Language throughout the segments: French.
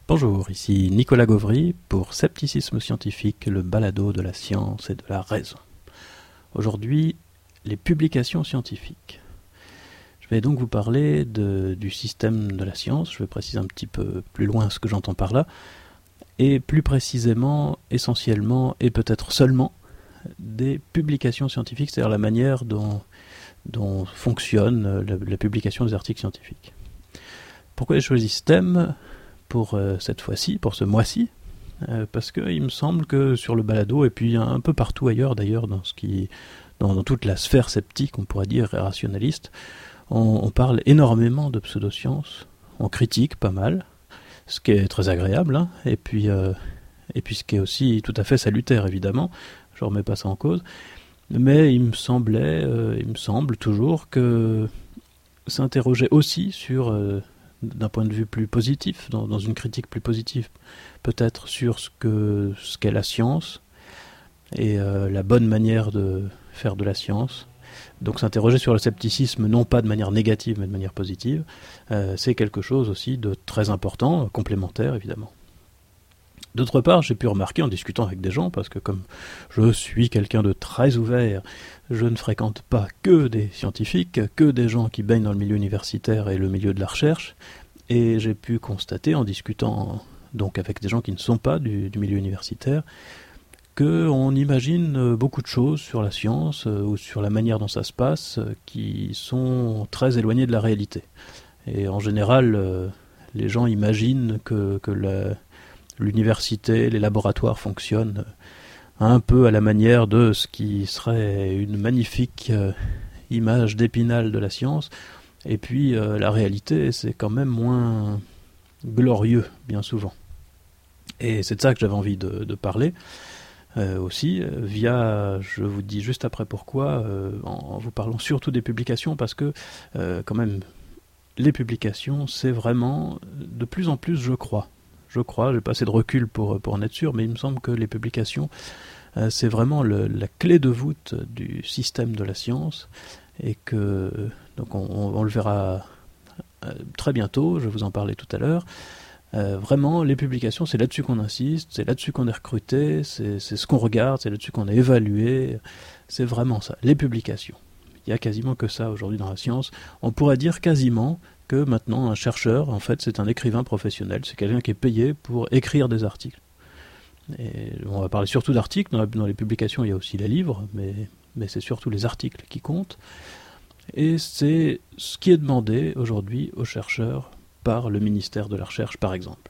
Bonjour, ici Nicolas Gauvry pour Scepticisme Scientifique, le balado de la science et de la raison. Aujourd'hui, les publications scientifiques. Je vais donc vous parler du système de la science, je vais préciser un petit peu plus loin ce que j'entends par là, et plus précisément, essentiellement, et peut-être seulement, des publications scientifiques, c'est-à-dire la manière dont fonctionne la publication des articles scientifiques. Pourquoi j'ai choisi ce thème pour cette fois-ci, pour ce mois-ci, parce qu'il me semble que sur le balado, et puis un peu partout ailleurs d'ailleurs, dans toute la sphère sceptique, on pourrait dire, et rationaliste, on parle énormément de pseudosciences, on critique pas mal, ce qui est très agréable, hein, et puis ce qui est aussi tout à fait salutaire évidemment, je ne remets pas ça en cause, mais il me semble toujours que s'interroger aussi sur d'un point de vue plus positif, dans une critique plus positive, peut-être sur ce qu'est la science et la bonne manière de faire de la science. Donc s'interroger sur le scepticisme, non pas de manière négative, mais de manière positive, c'est quelque chose aussi de très important, complémentaire évidemment. D'autre part, j'ai pu remarquer en discutant avec des gens, parce que comme je suis quelqu'un de très ouvert, je ne fréquente pas que des scientifiques, que des gens qui baignent dans le milieu universitaire et le milieu de la recherche, et j'ai pu constater en discutant donc avec des gens qui ne sont pas du milieu universitaire, qu'on imagine beaucoup de choses sur la science ou sur la manière dont ça se passe qui sont très éloignées de la réalité. Et en général, les gens imaginent que l'université, les laboratoires fonctionnent un peu à la manière de ce qui serait une magnifique image d'Épinal de la science, et puis la réalité c'est quand même moins glorieux bien souvent. Et c'est de ça que j'avais envie de parler aussi, je vous dis juste après pourquoi, en vous parlant surtout des publications, parce que quand même les publications c'est vraiment de plus en plus, je crois, j'ai pas assez de recul pour en être sûr, mais il me semble que les publications, c'est vraiment la clé de voûte du système de la science, et que, donc on le verra très bientôt, je vais vous en parler tout à l'heure. Vraiment, les publications, c'est là-dessus qu'on insiste, c'est là-dessus qu'on est recruté, c'est ce qu'on regarde, c'est là-dessus qu'on est évalué, c'est vraiment ça, les publications. Il n'y a quasiment que ça aujourd'hui dans la science. On pourrait dire quasiment que maintenant un chercheur, en fait, c'est un écrivain professionnel, c'est quelqu'un qui est payé pour écrire des articles. Et on va parler surtout d'articles, dans les publications il y a aussi les livres, mais c'est surtout les articles qui comptent. Et c'est ce qui est demandé aujourd'hui aux chercheurs par le ministère de la Recherche, par exemple.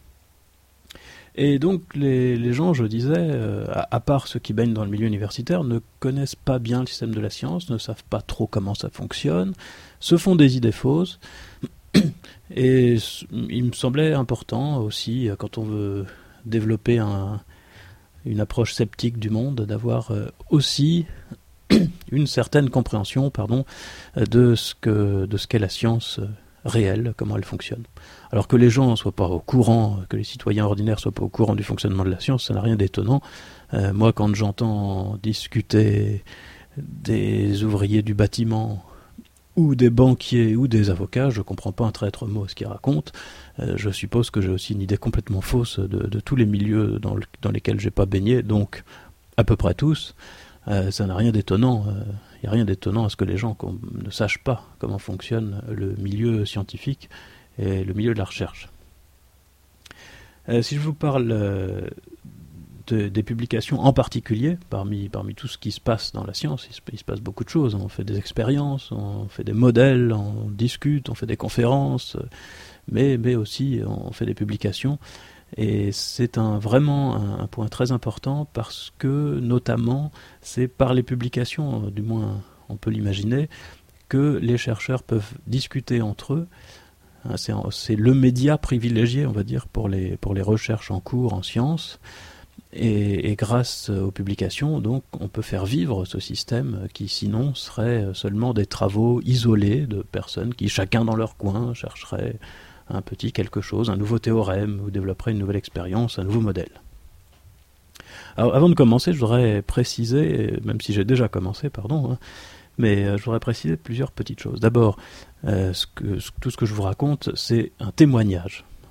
Et donc les gens, je disais, à part ceux qui baignent dans le milieu universitaire, ne connaissent pas bien le système de la science, ne savent pas trop comment ça fonctionne, se font des idées fausses, et il me semblait important aussi, quand on veut développer une approche sceptique du monde, d'avoir aussi une certaine compréhension de ce qu'est la science réelle, comment elle fonctionne. Alors que les gens ne soient pas au courant, que les citoyens ordinaires ne soient pas au courant du fonctionnement de la science, ça n'a rien d'étonnant. Moi, quand j'entends discuter des ouvriers du bâtiment, ou des banquiers, ou des avocats, je ne comprends pas un traître mot à ce qu'ils racontent. Je suppose que j'ai aussi une idée complètement fausse de tous les milieux dans lesquels je n'ai pas baigné, donc à peu près tous. Ça n'a rien d'étonnant. Il n'y a rien d'étonnant à ce que les gens ne sachent pas comment fonctionne le milieu scientifique et le milieu de la recherche. Si je vous parle des publications en particulier, parmi tout ce qui se passe dans la science, il se passe beaucoup de choses. On fait des expériences, on fait des modèles, on discute, on fait des conférences, mais aussi on fait des publications. Et c'est vraiment un point très important, parce que notamment c'est par les publications, du moins on peut l'imaginer, que les chercheurs peuvent discuter entre eux. C'est le média privilégié, on va dire, pour les recherches en cours en sciences. Et grâce aux publications, donc, on peut faire vivre ce système qui sinon serait seulement des travaux isolés de personnes qui, chacun dans leur coin, chercheraient un petit quelque chose, un nouveau théorème, ou développeraient une nouvelle expérience, un nouveau modèle. Alors, avant de commencer, je voudrais préciser, même si j'ai déjà commencé, mais je voudrais préciser plusieurs petites choses. D'abord, tout ce que je vous raconte, c'est un témoignage.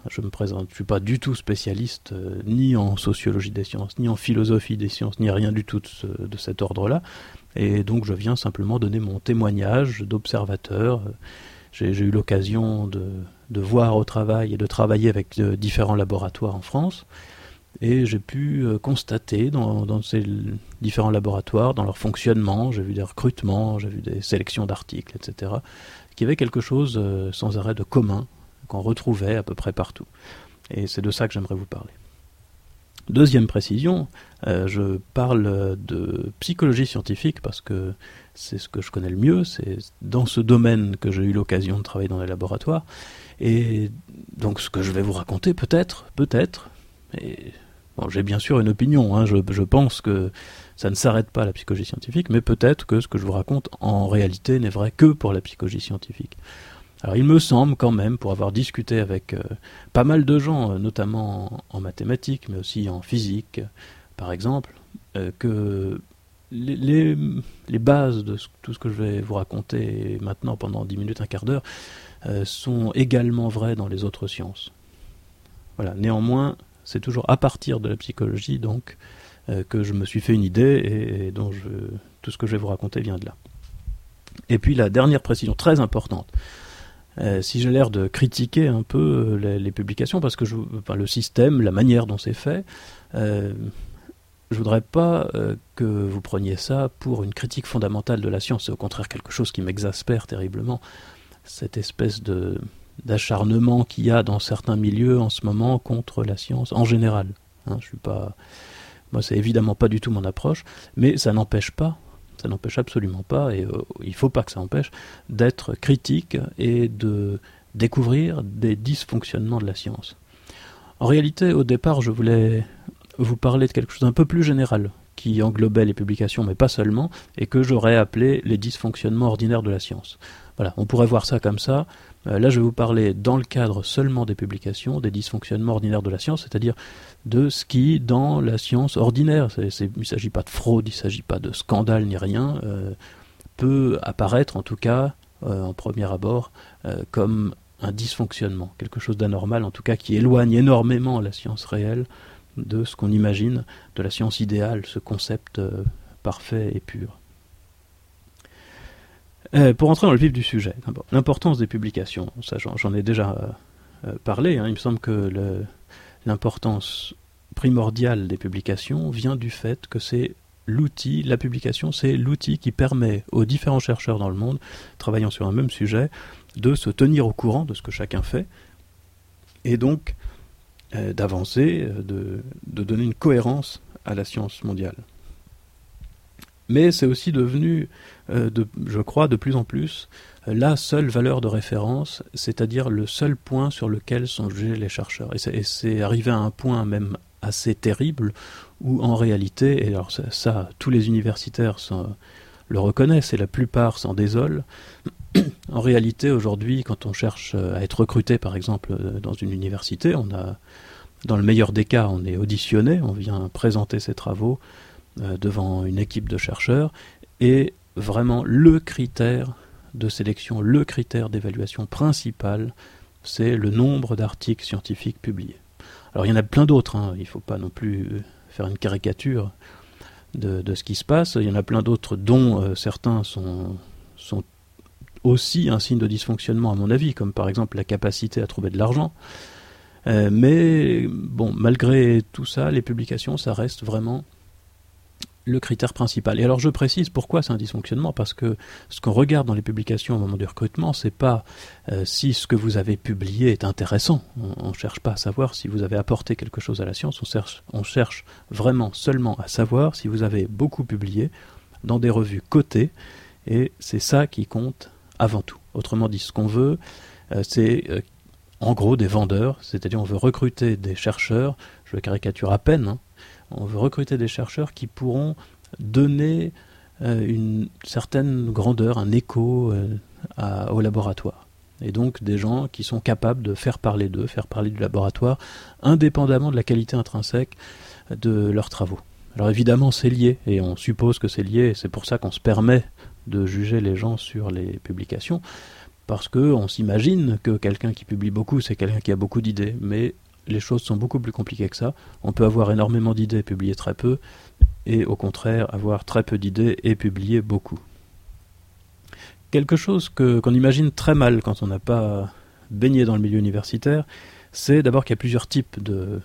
je me présente, je suis pas du tout spécialiste ni en sociologie des sciences, ni en philosophie des sciences, ni rien du tout de cet ordre-là. Et donc je viens simplement donner mon témoignage d'observateur. J'ai eu l'occasion de voir au travail et de travailler avec différents laboratoires en France. Et j'ai pu constater dans ces différents laboratoires, dans leur fonctionnement, j'ai vu des recrutements, j'ai vu des sélections d'articles, etc., qu'il y avait quelque chose sans arrêt de commun qu'on retrouvait à peu près partout. Et c'est de ça que j'aimerais vous parler. Deuxième précision, je parle de psychologie scientifique parce que c'est ce que je connais le mieux, c'est dans ce domaine que j'ai eu l'occasion de travailler dans les laboratoires. Et donc ce que je vais vous raconter, peut-être, et bon, j'ai bien sûr une opinion, hein, je pense que ça ne s'arrête pas à la psychologie scientifique, mais peut-être que ce que je vous raconte en réalité n'est vrai que pour la psychologie scientifique. Alors il me semble quand même, pour avoir discuté avec pas mal de gens, notamment en mathématiques, mais aussi en physique, par exemple, que les bases de tout ce que je vais vous raconter maintenant pendant 10 minutes, un quart d'heure, sont également vraies dans les autres sciences. Voilà. Néanmoins, c'est toujours à partir de la psychologie donc que je me suis fait une idée et dont tout ce que je vais vous raconter vient de là. Et puis la dernière précision très importante, si j'ai l'air de critiquer un peu les publications, parce que le système, la manière dont c'est fait, je voudrais pas que vous preniez ça pour une critique fondamentale de la science. C'est au contraire quelque chose qui m'exaspère terriblement, cette espèce d'acharnement qu'il y a dans certains milieux en ce moment contre la science en général. Hein, moi, c'est évidemment pas du tout mon approche, mais ça n'empêche absolument pas, et il faut pas que ça empêche, d'être critique et de découvrir des dysfonctionnements de la science. En réalité, au départ, je voulais vous parler de quelque chose d'un peu plus général, qui englobait les publications, mais pas seulement, et que j'aurais appelé les dysfonctionnements ordinaires de la science. Voilà, on pourrait voir ça comme ça. Là, je vais vous parler, dans le cadre seulement des publications, des dysfonctionnements ordinaires de la science, c'est-à-dire de ce qui, dans la science ordinaire, il ne s'agit pas de fraude, il ne s'agit pas de scandale ni rien, peut apparaître, en tout cas, en premier abord, comme un dysfonctionnement, quelque chose d'anormal, en tout cas, qui éloigne énormément la science réelle de ce qu'on imagine, de la science idéale, ce concept parfait et pur. Pour entrer dans le vif du sujet, d'abord, l'importance des publications, ça j'en ai déjà parlé, hein, il me semble que l'importance primordiale des publications vient du fait que c'est l'outil, la publication, c'est l'outil qui permet aux différents chercheurs dans le monde, travaillant sur un même sujet, de se tenir au courant de ce que chacun fait, et donc d'avancer, de donner une cohérence à la science mondiale. Mais c'est aussi devenu, je crois, de plus en plus, la seule valeur de référence, c'est-à-dire le seul point sur lequel sont jugés les chercheurs. Et c'est arrivé à un point même assez terrible, où en réalité, et alors ça tous les universitaires le reconnaissent, et la plupart s'en désolent, en réalité, aujourd'hui, quand on cherche à être recruté, par exemple, dans une université, dans le meilleur des cas, on est auditionné, on vient présenter ses travaux devant une équipe de chercheurs, et vraiment le critère de sélection, le critère d'évaluation principal, c'est le nombre d'articles scientifiques publiés. Alors il y en a plein d'autres, hein, il ne faut pas non plus faire une caricature de ce qui se passe, il y en a plein d'autres dont certains sont aussi un signe de dysfonctionnement à mon avis, comme par exemple la capacité à trouver de l'argent. Mais bon, malgré tout ça, les publications, ça reste vraiment le critère principal. Et alors je précise pourquoi c'est un dysfonctionnement, parce que ce qu'on regarde dans les publications au moment du recrutement, c'est pas si ce que vous avez publié est intéressant. On cherche pas à savoir si vous avez apporté quelque chose à la science, on cherche vraiment seulement à savoir si vous avez beaucoup publié dans des revues cotées, et c'est ça qui compte avant tout. Autrement dit, ce qu'on veut, c'est en gros des vendeurs, c'est-à-dire on veut recruter des chercheurs, je le caricature à peine, hein, on veut recruter des chercheurs qui pourront donner une certaine grandeur, un écho au laboratoire. Et donc des gens qui sont capables de faire parler d'eux, faire parler du laboratoire, indépendamment de la qualité intrinsèque de leurs travaux. Alors évidemment c'est lié, et on suppose que c'est lié, et c'est pour ça qu'on se permet de juger les gens sur les publications, parce qu'on s'imagine que quelqu'un qui publie beaucoup, c'est quelqu'un qui a beaucoup d'idées, mais les choses sont beaucoup plus compliquées que ça. On peut avoir énormément d'idées et publier très peu, et au contraire avoir très peu d'idées et publier beaucoup. Quelque chose qu'on imagine très mal quand on n'a pas baigné dans le milieu universitaire, c'est d'abord qu'il y a plusieurs types de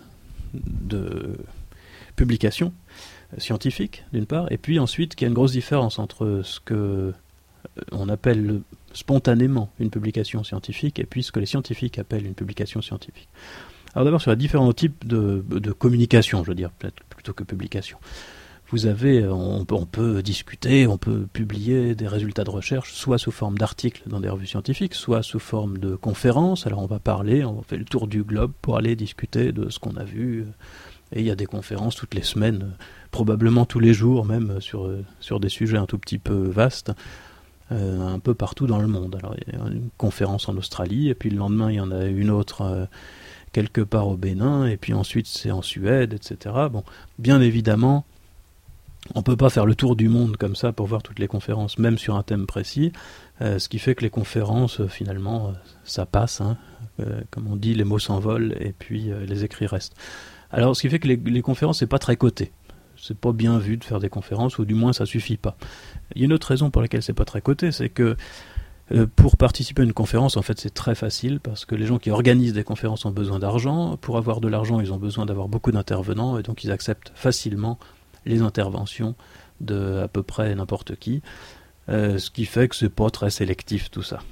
publications scientifiques, d'une part, et puis ensuite qu'il y a une grosse différence entre ce que on appelle spontanément une publication scientifique et puis ce que les scientifiques appellent une publication scientifique. Alors d'abord sur les différents types de communication, je veux dire, peut-être plutôt que publication. Vous avez, on peut discuter, on peut publier des résultats de recherche, soit sous forme d'articles dans des revues scientifiques, soit sous forme de conférences. Alors on va parler, on fait le tour du globe pour aller discuter de ce qu'on a vu. Et il y a des conférences toutes les semaines, probablement tous les jours même, sur des sujets un tout petit peu vastes, un peu partout dans le monde. Alors il y a une conférence en Australie, et puis le lendemain il y en a une autre quelque part au Bénin, et puis ensuite c'est en Suède, etc. Bon, bien évidemment, on ne peut pas faire le tour du monde comme ça pour voir toutes les conférences, même sur un thème précis, ce qui fait que les conférences, finalement, ça passe, hein, comme on dit, les mots s'envolent, et puis les écrits restent. Alors, ce qui fait que les conférences, c'est pas très coté. C'est pas bien vu de faire des conférences, ou du moins ça suffit pas. Il y a une autre raison pour laquelle c'est pas très coté, c'est que pour participer à une conférence, en fait, c'est très facile, parce que les gens qui organisent des conférences ont besoin d'argent. Pour avoir de l'argent, ils ont besoin d'avoir beaucoup d'intervenants, et donc ils acceptent facilement les interventions de à peu près n'importe qui, ce qui fait que c'est pas très sélectif tout ça.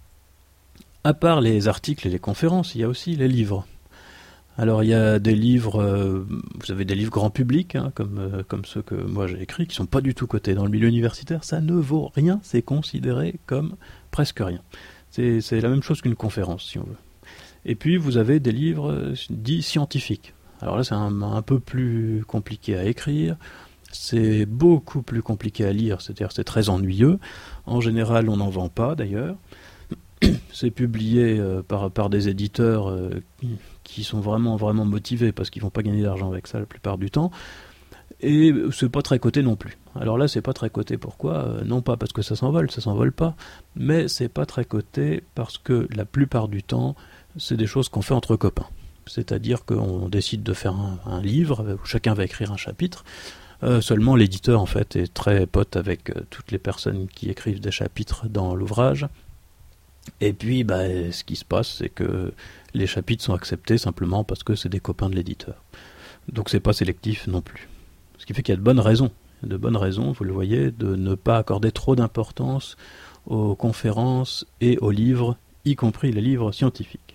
À part les articles et les conférences, il y a aussi les livres. Alors il y a des livres, vous avez des livres grand public, hein, comme ceux que moi j'ai écrits, qui sont pas du tout cotés dans le milieu universitaire, ça ne vaut rien, c'est considéré comme presque rien. C'est la même chose qu'une conférence, si on veut. Et puis vous avez des livres dits scientifiques. Alors là c'est un peu plus compliqué à écrire, c'est beaucoup plus compliqué à lire, c'est-à-dire c'est très ennuyeux. En général on n'en vend pas d'ailleurs. C'est publié par des éditeurs qui sont vraiment motivés parce qu'ils vont pas gagner d'argent avec ça la plupart du temps, et c'est pas très coté non plus. Alors là c'est pas très coté, pourquoi non pas parce que ça s'envole pas, mais c'est pas très coté parce que la plupart du temps c'est des choses qu'on fait entre copains. C'est-à-dire qu'on décide de faire un livre où chacun va écrire un chapitre. Seulement l'éditeur en fait est très pote avec toutes les personnes qui écrivent des chapitres dans l'ouvrage. Et puis ce qui se passe, c'est que les chapitres sont acceptés simplement parce que c'est des copains de l'éditeur. Donc c'est pas sélectif non plus. Ce qui fait qu'il y a de bonnes raisons, vous le voyez, de ne pas accorder trop d'importance aux conférences et aux livres, y compris les livres scientifiques.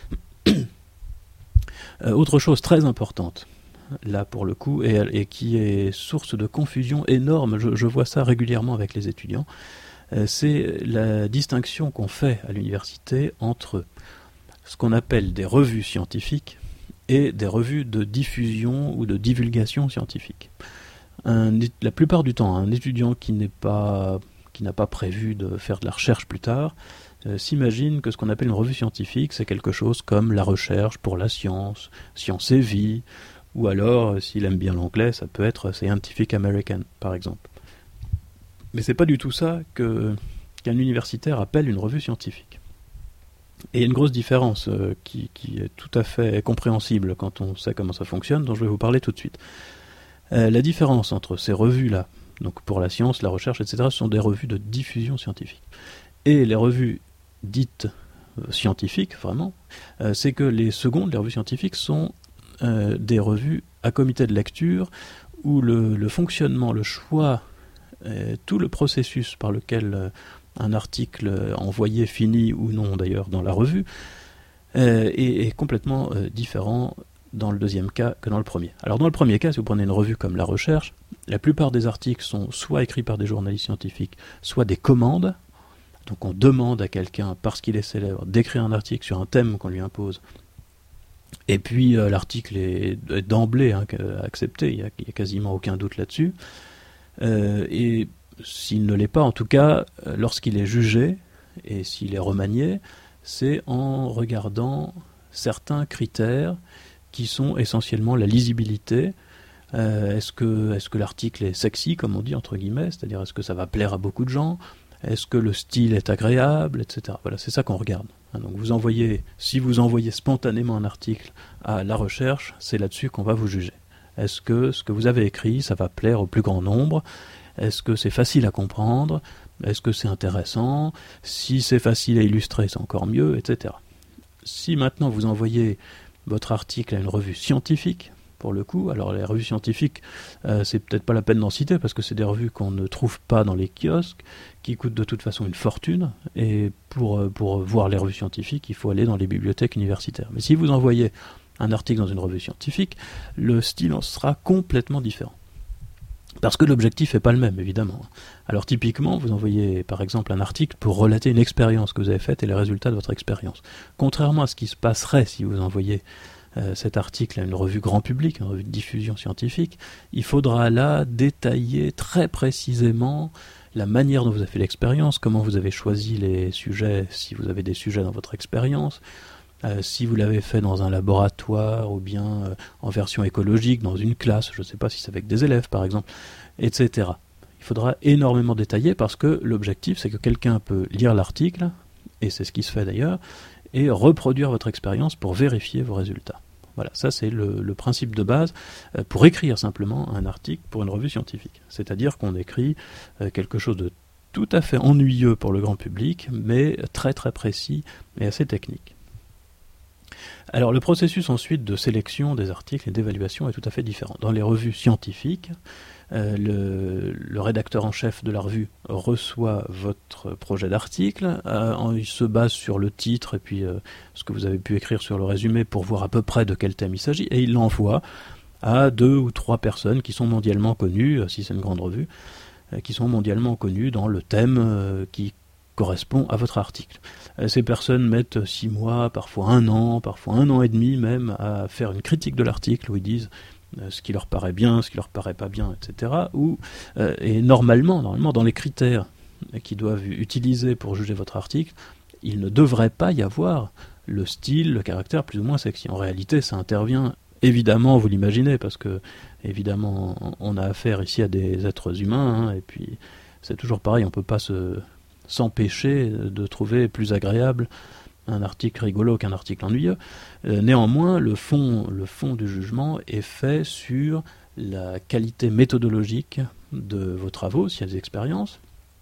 Autre chose très importante, là pour le coup, et qui est source de confusion énorme, je vois ça régulièrement avec les étudiants, c'est la distinction qu'on fait à l'université entre ce qu'on appelle des revues scientifiques et des revues de diffusion ou de divulgation scientifique. La plupart du temps, un étudiant qui n'a pas prévu de faire de la recherche plus tard s'imagine que ce qu'on appelle une revue scientifique, c'est quelque chose comme la recherche pour la science, Science et Vie, ou alors, s'il aime bien l'anglais, ça peut être Scientific American, par exemple. Mais c'est pas du tout ça qu'un universitaire appelle une revue scientifique. Et il y a une grosse différence qui est tout à fait compréhensible quand on sait comment ça fonctionne, dont je vais vous parler tout de suite. La différence entre ces revues-là, donc pour la science, la recherche, etc., ce sont des revues de diffusion scientifique. Et les revues dites scientifiques, vraiment, c'est que les secondes, les revues scientifiques, sont des revues à comité de lecture où le fonctionnement, le choix, tout le processus par lequel un article envoyé finit ou non d'ailleurs dans la revue est complètement différent dans le deuxième cas que dans le premier. Alors dans le premier cas, si vous prenez une revue comme La Recherche, la plupart des articles sont soit écrits par des journalistes scientifiques, soit des commandes. Donc on demande à quelqu'un, parce qu'il est célèbre, d'écrire un article sur un thème qu'on lui impose. Et puis l'article est d'emblée accepté, il n'y a quasiment aucun doute là-dessus. Et s'il ne l'est pas, en tout cas, lorsqu'il est jugé, et s'il est remanié, c'est en regardant certains critères qui sont essentiellement la lisibilité. Est-ce que l'article est sexy, comme on dit, entre guillemets, c'est-à-dire est-ce que ça va plaire à beaucoup de gens ? Est-ce que le style est agréable, etc. Voilà, c'est ça qu'on regarde. Donc si vous envoyez spontanément un article à la recherche, c'est là-dessus qu'on va vous juger. Est-ce que ce que vous avez écrit, ça va plaire au plus grand nombre? Est-ce que c'est facile à comprendre? Est-ce que c'est intéressant? Si c'est facile à illustrer, c'est encore mieux, etc. Si maintenant vous envoyez votre article à une revue scientifique, pour le coup, alors les revues scientifiques, c'est peut-être pas la peine d'en citer, parce que c'est des revues qu'on ne trouve pas dans les kiosques, qui coûtent de toute façon une fortune, et pour voir les revues scientifiques, il faut aller dans les bibliothèques universitaires. Mais si vous envoyez un article dans une revue scientifique, le style en sera complètement différent. Parce que l'objectif n'est pas le même, évidemment. Alors typiquement, vous envoyez par exemple un article pour relater une expérience que vous avez faite et les résultats de votre expérience. Contrairement à ce qui se passerait si vous envoyez cet article à une revue grand public, une revue de diffusion scientifique, il faudra là détailler très précisément la manière dont vous avez fait l'expérience, comment vous avez choisi les sujets, si vous avez des sujets dans votre expérience, si vous l'avez fait dans un laboratoire ou bien en version écologique, dans une classe, je ne sais pas si c'est avec des élèves par exemple, etc. Il faudra énormément détailler parce que l'objectif c'est que quelqu'un peut lire l'article, et c'est ce qui se fait d'ailleurs, et reproduire votre expérience pour vérifier vos résultats. Voilà, ça c'est le principe de base pour écrire simplement un article pour une revue scientifique. C'est-à-dire qu'on écrit quelque chose de tout à fait ennuyeux pour le grand public, mais très très précis et assez technique. Alors le processus ensuite de sélection des articles et d'évaluation est tout à fait différent. Dans les revues scientifiques, le rédacteur en chef de la revue reçoit votre projet d'article, il se base sur le titre et puis ce que vous avez pu écrire sur le résumé pour voir à peu près de quel thème il s'agit, et il l'envoie à 2 ou 3 personnes qui sont mondialement connues, si c'est une grande revue, qui sont mondialement connues dans le thème qui correspond à votre article. Ces personnes mettent 6 mois, parfois 1 an, parfois 1 an et demi même, à faire une critique de l'article où ils disent ce qui leur paraît bien, ce qui leur paraît pas bien, etc. Et normalement, dans les critères qu'ils doivent utiliser pour juger votre article, il ne devrait pas y avoir le style, le caractère plus ou moins sexy. En réalité, ça intervient, évidemment, vous l'imaginez, parce que, évidemment, on a affaire ici à des êtres humains, et puis c'est toujours pareil, on ne peut pas s'empêcher de trouver plus agréable un article rigolo qu'un article ennuyeux. Néanmoins, le fond du jugement est fait sur la qualité méthodologique de vos travaux, s'il y a des expériences,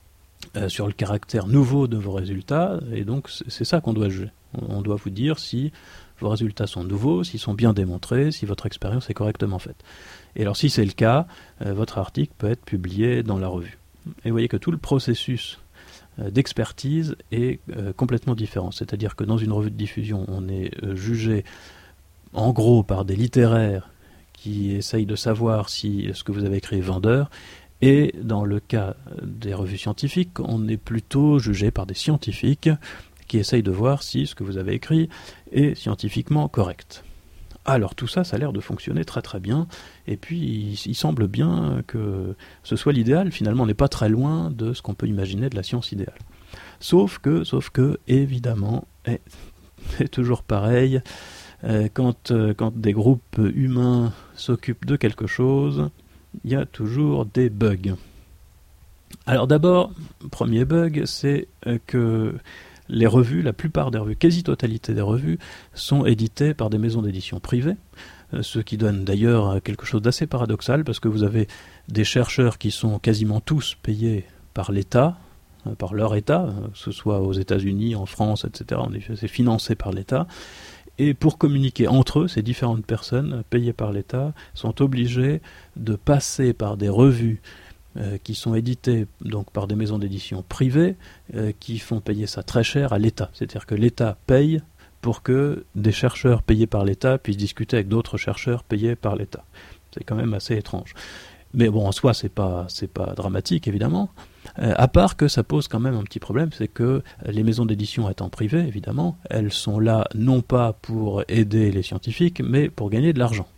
sur le caractère nouveau de vos résultats, et donc c'est ça qu'on doit juger. On doit vous dire si vos résultats sont nouveaux, s'ils sont bien démontrés, si votre expérience est correctement faite. Et alors si c'est le cas, votre article peut être publié dans la revue. Et vous voyez que tout le processus d'expertise est complètement différent. C'est-à-dire que dans une revue de diffusion, on est jugé en gros par des littéraires qui essayent de savoir si ce que vous avez écrit est vendeur, et dans le cas des revues scientifiques, on est plutôt jugé par des scientifiques qui essayent de voir si ce que vous avez écrit est scientifiquement correct. Alors tout ça, ça a l'air de fonctionner très très bien, et puis il semble bien que ce soit l'idéal. Finalement, on n'est pas très loin de ce qu'on peut imaginer de la science idéale. Sauf que évidemment, c'est toujours pareil, quand des groupes humains s'occupent de quelque chose, il y a toujours des bugs. Alors d'abord, premier bug, c'est que les revues, la plupart des revues, quasi-totalité des revues, sont éditées par des maisons d'édition privées, ce qui donne d'ailleurs quelque chose d'assez paradoxal, parce que vous avez des chercheurs qui sont quasiment tous payés par l'État, par leur État, que ce soit aux États-Unis, en France, etc. C'est financé par l'État. Et pour communiquer entre eux, ces différentes personnes payées par l'État sont obligées de passer par des revues qui sont éditées donc par des maisons d'édition privées qui font payer ça très cher à l'État. C'est-à-dire que l'État paye pour que des chercheurs payés par l'État puissent discuter avec d'autres chercheurs payés par l'État. C'est quand même assez étrange. Mais bon, en soi, c'est pas dramatique, évidemment. À part que ça pose quand même un petit problème, c'est que les maisons d'édition étant privées, évidemment, elles sont là non pas pour aider les scientifiques, mais pour gagner de l'argent.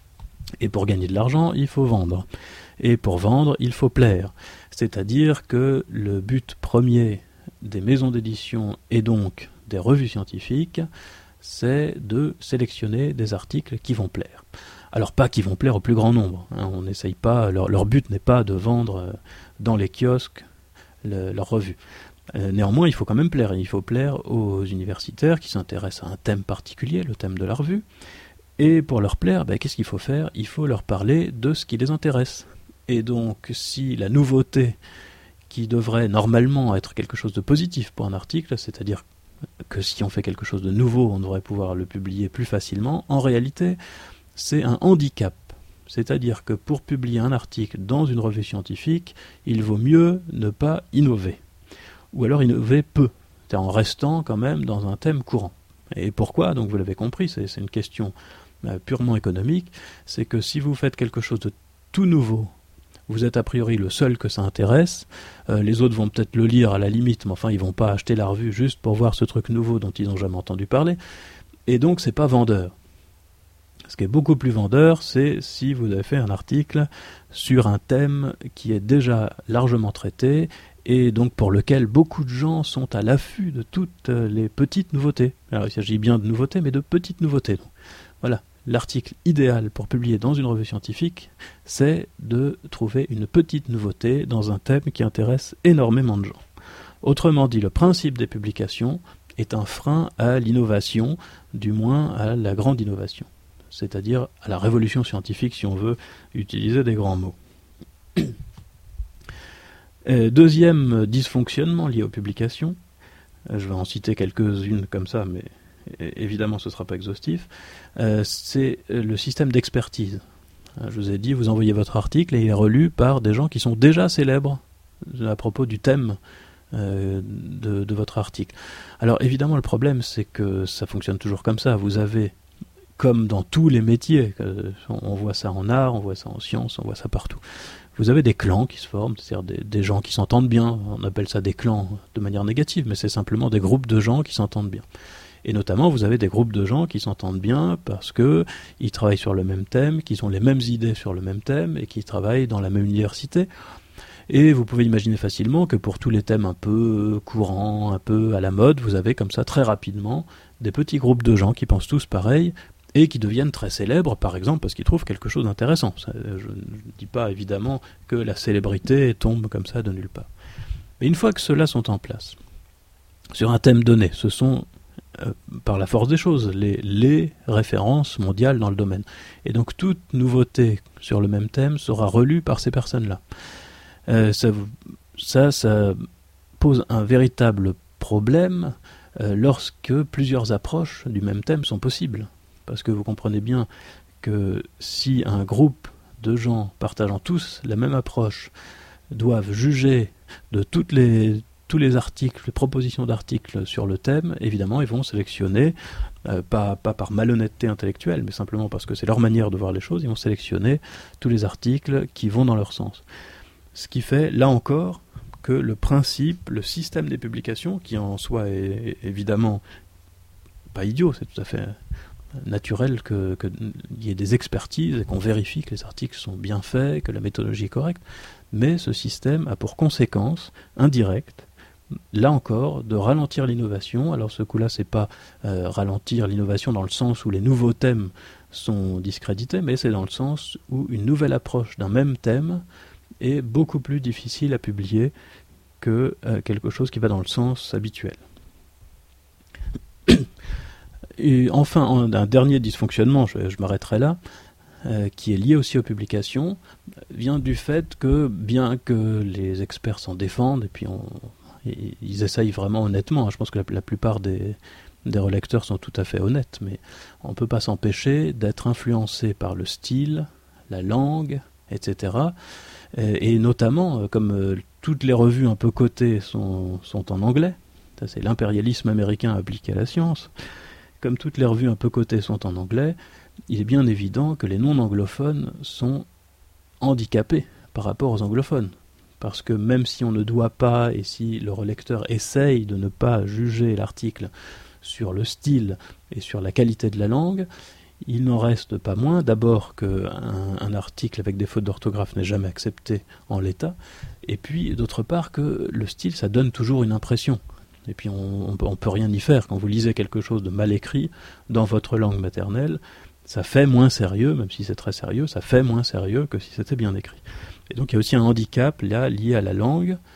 Et pour gagner de l'argent, il faut vendre. Et pour vendre, il faut plaire. C'est-à-dire que le but premier des maisons d'édition et donc des revues scientifiques, c'est de sélectionner des articles qui vont plaire. Alors pas qui vont plaire au plus grand nombre, hein, on n'essaye pas, leur but n'est pas de vendre dans les kiosques leur revue. Néanmoins, il faut quand même plaire. Il faut plaire aux universitaires qui s'intéressent à un thème particulier, le thème de la revue. Et pour leur plaire, qu'est-ce qu'il faut faire ? Il faut leur parler de ce qui les intéresse. Et donc, si la nouveauté, qui devrait normalement être quelque chose de positif pour un article, c'est-à-dire que si on fait quelque chose de nouveau, on devrait pouvoir le publier plus facilement, en réalité, c'est un handicap. C'est-à-dire que pour publier un article dans une revue scientifique, il vaut mieux ne pas innover. Ou alors innover peu, c'est-à-dire en restant quand même dans un thème courant. Et pourquoi ? Donc vous l'avez compris, c'est une question purement économique, c'est que si vous faites quelque chose de tout nouveau, vous êtes a priori le seul que ça intéresse, les autres vont peut-être le lire à la limite, mais enfin ils vont pas acheter la revue juste pour voir ce truc nouveau dont ils n'ont jamais entendu parler, et donc c'est pas vendeur. Ce qui est beaucoup plus vendeur, c'est si vous avez fait un article sur un thème qui est déjà largement traité, et donc pour lequel beaucoup de gens sont à l'affût de toutes les petites nouveautés. Alors il s'agit bien de nouveautés, mais de petites nouveautés. Donc, voilà. L'article idéal pour publier dans une revue scientifique, c'est de trouver une petite nouveauté dans un thème qui intéresse énormément de gens. Autrement dit, le principe des publications est un frein à l'innovation, du moins à la grande innovation, c'est-à-dire à la révolution scientifique si on veut utiliser des grands mots. Deuxième dysfonctionnement lié aux publications, je vais en citer quelques-unes comme ça, mais évidemment ce ne sera pas exhaustif, c'est le système d'expertise. Je vous ai dit, vous envoyez votre article et il est relu par des gens qui sont déjà célèbres à propos du thème de votre article. Alors évidemment le problème c'est que ça fonctionne toujours comme ça, vous avez, comme dans tous les métiers, on voit ça en art, on voit ça en sciences, on voit ça partout, vous avez des clans qui se forment, c'est-à-dire des gens qui s'entendent bien, on appelle ça des clans de manière négative, mais c'est simplement des groupes de gens qui s'entendent bien. Et notamment, vous avez des groupes de gens qui s'entendent bien parce que ils travaillent sur le même thème, qu'ils ont les mêmes idées sur le même thème et qui travaillent dans la même université. Et vous pouvez imaginer facilement que pour tous les thèmes un peu courants, un peu à la mode, vous avez comme ça très rapidement des petits groupes de gens qui pensent tous pareil et qui deviennent très célèbres, par exemple, parce qu'ils trouvent quelque chose d'intéressant. Je ne dis pas évidemment que la célébrité tombe comme ça de nulle part. Mais une fois que ceux-là sont en place, sur un thème donné, ce sont par la force des choses, les références mondiales dans le domaine. Et donc toute nouveauté sur le même thème sera relue par ces personnes-là. Ça pose un véritable problème lorsque plusieurs approches du même thème sont possibles. Parce que vous comprenez bien que si un groupe de gens partageant tous la même approche doivent juger de tous les articles, les propositions d'articles sur le thème, évidemment, ils vont sélectionner, pas par malhonnêteté intellectuelle, mais simplement parce que c'est leur manière de voir les choses, ils vont sélectionner tous les articles qui vont dans leur sens. Ce qui fait, là encore, que le principe, le système des publications, qui en soi est évidemment pas idiot, c'est tout à fait naturel qu'il y ait des expertises et qu'on vérifie que les articles sont bien faits, que la méthodologie est correcte, mais ce système a pour conséquence indirecte, là encore, de ralentir l'innovation. Alors ce coup-là, c'est pas ralentir l'innovation dans le sens où les nouveaux thèmes sont discrédités, mais c'est dans le sens où une nouvelle approche d'un même thème est beaucoup plus difficile à publier que quelque chose qui va dans le sens habituel. Et enfin, un dernier dysfonctionnement, je m'arrêterai là, qui est lié aussi aux publications, vient du fait que, bien que les experts s'en défendent, et puis ils essayent vraiment honnêtement, je pense que la plupart des relecteurs sont tout à fait honnêtes, mais on ne peut pas s'empêcher d'être influencé par le style, la langue, etc. Et notamment, comme toutes les revues un peu cotées sont en anglais, ça c'est l'impérialisme américain appliqué à la science, comme toutes les revues un peu cotées sont en anglais, il est bien évident que les non-anglophones sont handicapés par rapport aux anglophones. Parce que même si on ne doit pas, et si le relecteur essaye de ne pas juger l'article sur le style et sur la qualité de la langue, il n'en reste pas moins, d'abord qu'un article avec des fautes d'orthographe n'est jamais accepté en l'état, et puis d'autre part que le style, ça donne toujours une impression. Et puis on peut rien y faire. Quand vous lisez quelque chose de mal écrit dans votre langue maternelle, ça fait moins sérieux, même si c'est très sérieux, ça fait moins sérieux que si c'était bien écrit. Et donc il y a aussi un handicap là lié à la langue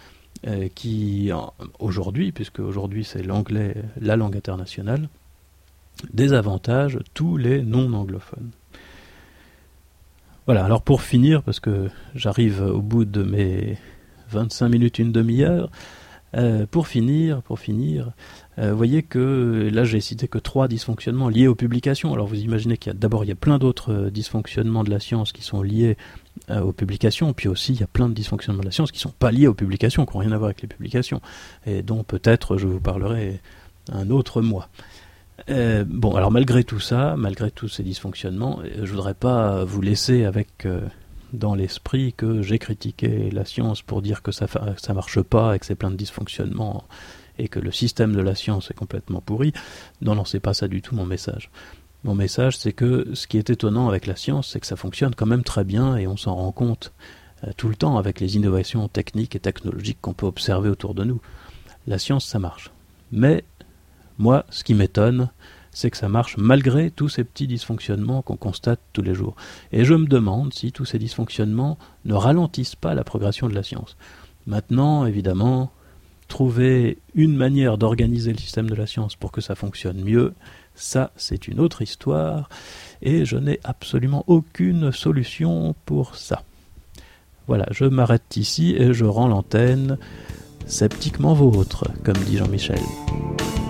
qui, aujourd'hui, puisque aujourd'hui c'est l'anglais la langue internationale, désavantage tous les non-anglophones. Voilà, alors pour finir, parce que j'arrive au bout de mes 25 minutes, une demi-heure, pour finir, vous voyez que là j'ai cité que 3 dysfonctionnements liés aux publications. Alors vous imaginez qu'il y a plein d'autres dysfonctionnements de la science qui sont liés aux publications, puis aussi il y a plein de dysfonctionnements de la science qui ne sont pas liés aux publications, qui n'ont rien à voir avec les publications, et dont peut-être je vous parlerai un autre mois. Bon, alors malgré tout ça, malgré tous ces dysfonctionnements, je voudrais pas vous laisser avec dans l'esprit que j'ai critiqué la science pour dire que ça marche pas et que c'est plein de dysfonctionnements et que le système de la science est complètement pourri. Non, c'est pas ça du tout mon message. Mon message, c'est que ce qui est étonnant avec la science, c'est que ça fonctionne quand même très bien et on s'en rend compte tout le temps avec les innovations techniques et technologiques qu'on peut observer autour de nous. La science, ça marche. Mais moi, ce qui m'étonne, c'est que ça marche malgré tous ces petits dysfonctionnements qu'on constate tous les jours. Et je me demande si tous ces dysfonctionnements ne ralentissent pas la progression de la science. Maintenant, évidemment, trouver une manière d'organiser le système de la science pour que ça fonctionne mieux, ça, c'est une autre histoire, et je n'ai absolument aucune solution pour ça. Voilà, je m'arrête ici et je rends l'antenne sceptiquement vôtre, comme dit Jean-Michel.